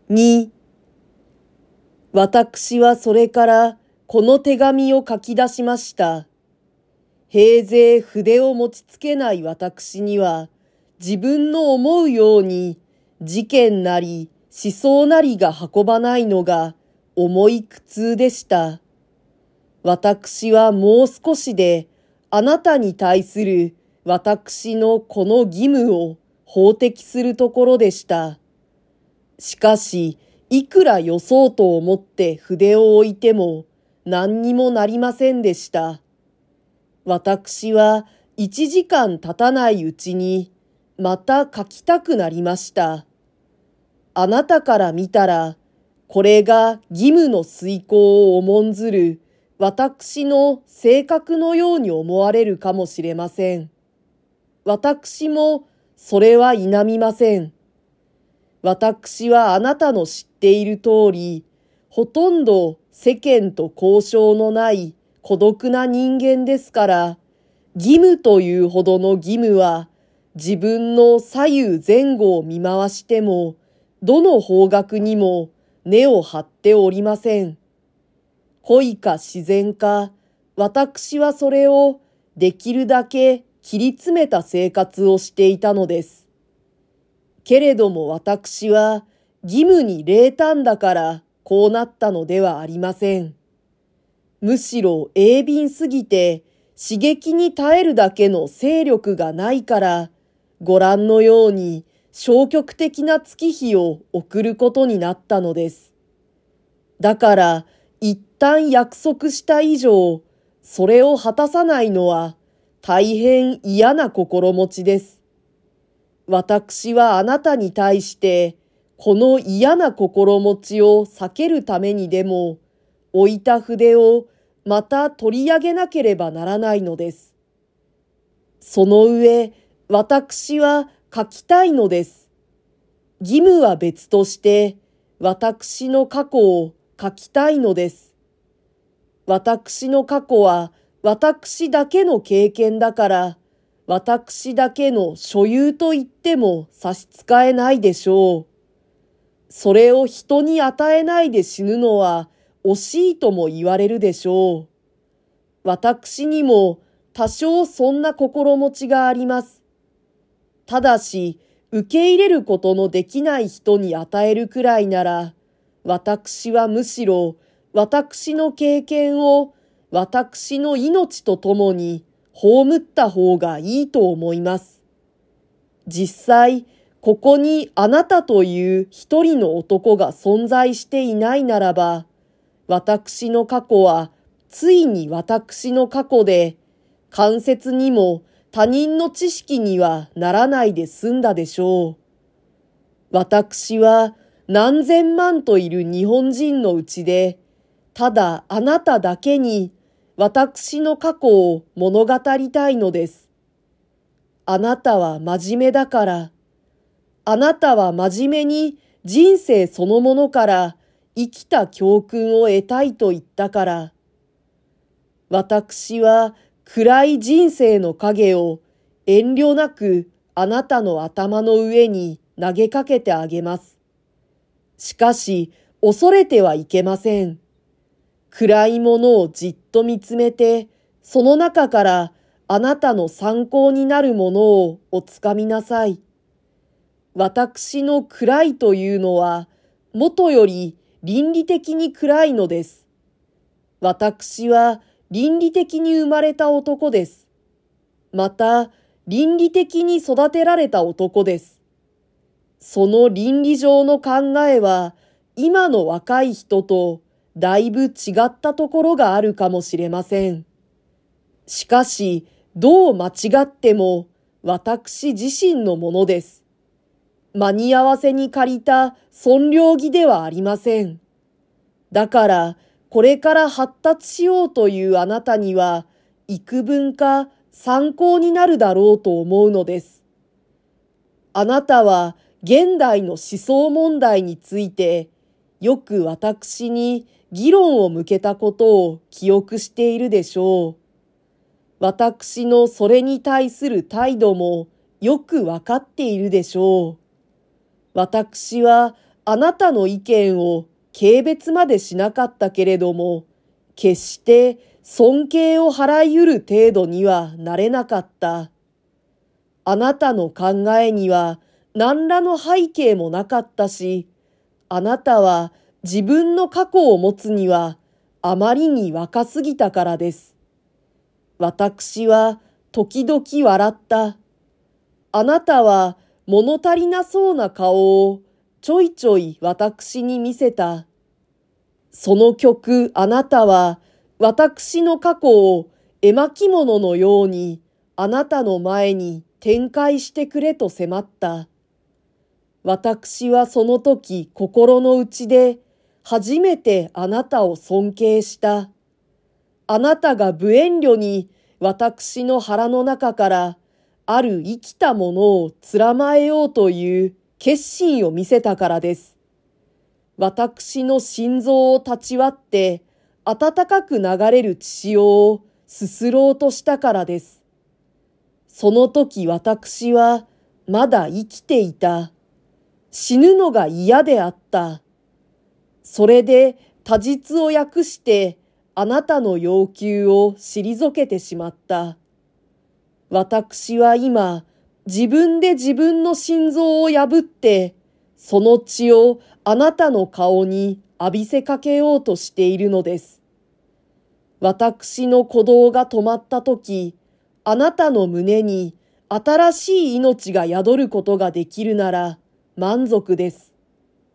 2、私はそれからこの手紙を書き出しました。平勢筆を持ちつけない私には、自分の思うように事件なり思想なりが運ばないのが重い苦痛でした。私はもう少しであなたに対する私のこの義務を法的するところでした。しかし、いくらよそうと思って筆を置いても何にもなりませんでした。私は1時間経たないうちにまた書きたくなりました。あなたから見たら、これが義務の遂行を重んずる私の性格のように思われるかもしれません。私もそれは否みません。私はあなたの知っている通り、ほとんど世間と交渉のない孤独な人間ですから、義務というほどの義務は、自分の左右前後を見回しても、どの方角にも根を張っておりません。恋か自然か、私はそれをできるだけ切り詰めた生活をしていたのです。けれども私は義務に冷淡だからこうなったのではありません。むしろ鋭敏すぎて刺激に耐えるだけの勢力がないから、ご覧のように消極的な月日を送ることになったのです。だから一旦約束した以上、それを果たさないのは大変嫌な心持ちです。私はあなたに対して、この嫌な心持ちを避けるためにでも、置いた筆をまた取り上げなければならないのです。その上、私は書きたいのです。義務は別として、私の過去を書きたいのです。私の過去は私だけの経験だから、私だけの所有と言っても差し支えないでしょう。それを人に与えないで死ぬのは惜しいとも言われるでしょう。私にも多少そんな心持ちがあります。ただし、受け入れることのできない人に与えるくらいなら、私はむしろ私の経験を私の命とともに葬った方がいいと思います。実際、ここにあなたという一人の男が存在していないならば、私の過去はついに私の過去で、間接にも他人の知識にはならないで済んだでしょう。私は何千万といる日本人のうちで、ただあなただけに私の過去を物語りたいのです。あなたは真面目だから、あなたは真面目に人生そのものから生きた教訓を得たいと言ったから、私は暗い人生の影を遠慮なくあなたの頭の上に投げかけてあげます。しかし恐れてはいけません。暗いものをじっと見つめて、その中からあなたの参考になるものをおつかみなさい。私の暗いというのは、もとより倫理的に暗いのです。私は倫理的に生まれた男です。また、倫理的に育てられた男です。その倫理上の考えは、今の若い人とだいぶ違ったところがあるかもしれません。しかし、どう間違っても私自身のものです。間に合わせに借りた損料義ではありません。だから、これから発達しようというあなたには、幾分か参考になるだろうと思うのです。あなたは現代の思想問題について、よく私に議論を向けたことを記憶しているでしょう。私のそれに対する態度もよくわかっているでしょう。私はあなたの意見を軽蔑までしなかったけれども、決して尊敬を払い得る程度にはなれなかった。あなたの考えには何らの背景もなかったし、あなたは自分の過去を持つにはあまりに若すぎたからです。私は時々笑った。あなたは物足りなそうな顔をちょいちょい私に見せた。その曲あなたは私の過去を絵巻物のようにあなたの前に展開してくれと迫った。私はその時心の内で初めてあなたを尊敬した。あなたが無遠慮に私の腹の中からある生きたものをつまえようという決心を見せたからです。私の心臓を立ち割って温かく流れる血潮をすすろうとしたからです。その時私はまだ生きていた。死ぬのが嫌であった。それで多実を訳してあなたの要求を退けてしまった。私は今自分で自分の心臓を破ってその血をあなたの顔に浴びせかけようとしているのです。私の鼓動が止まったとき、あなたの胸に新しい命が宿ることができるなら満足です。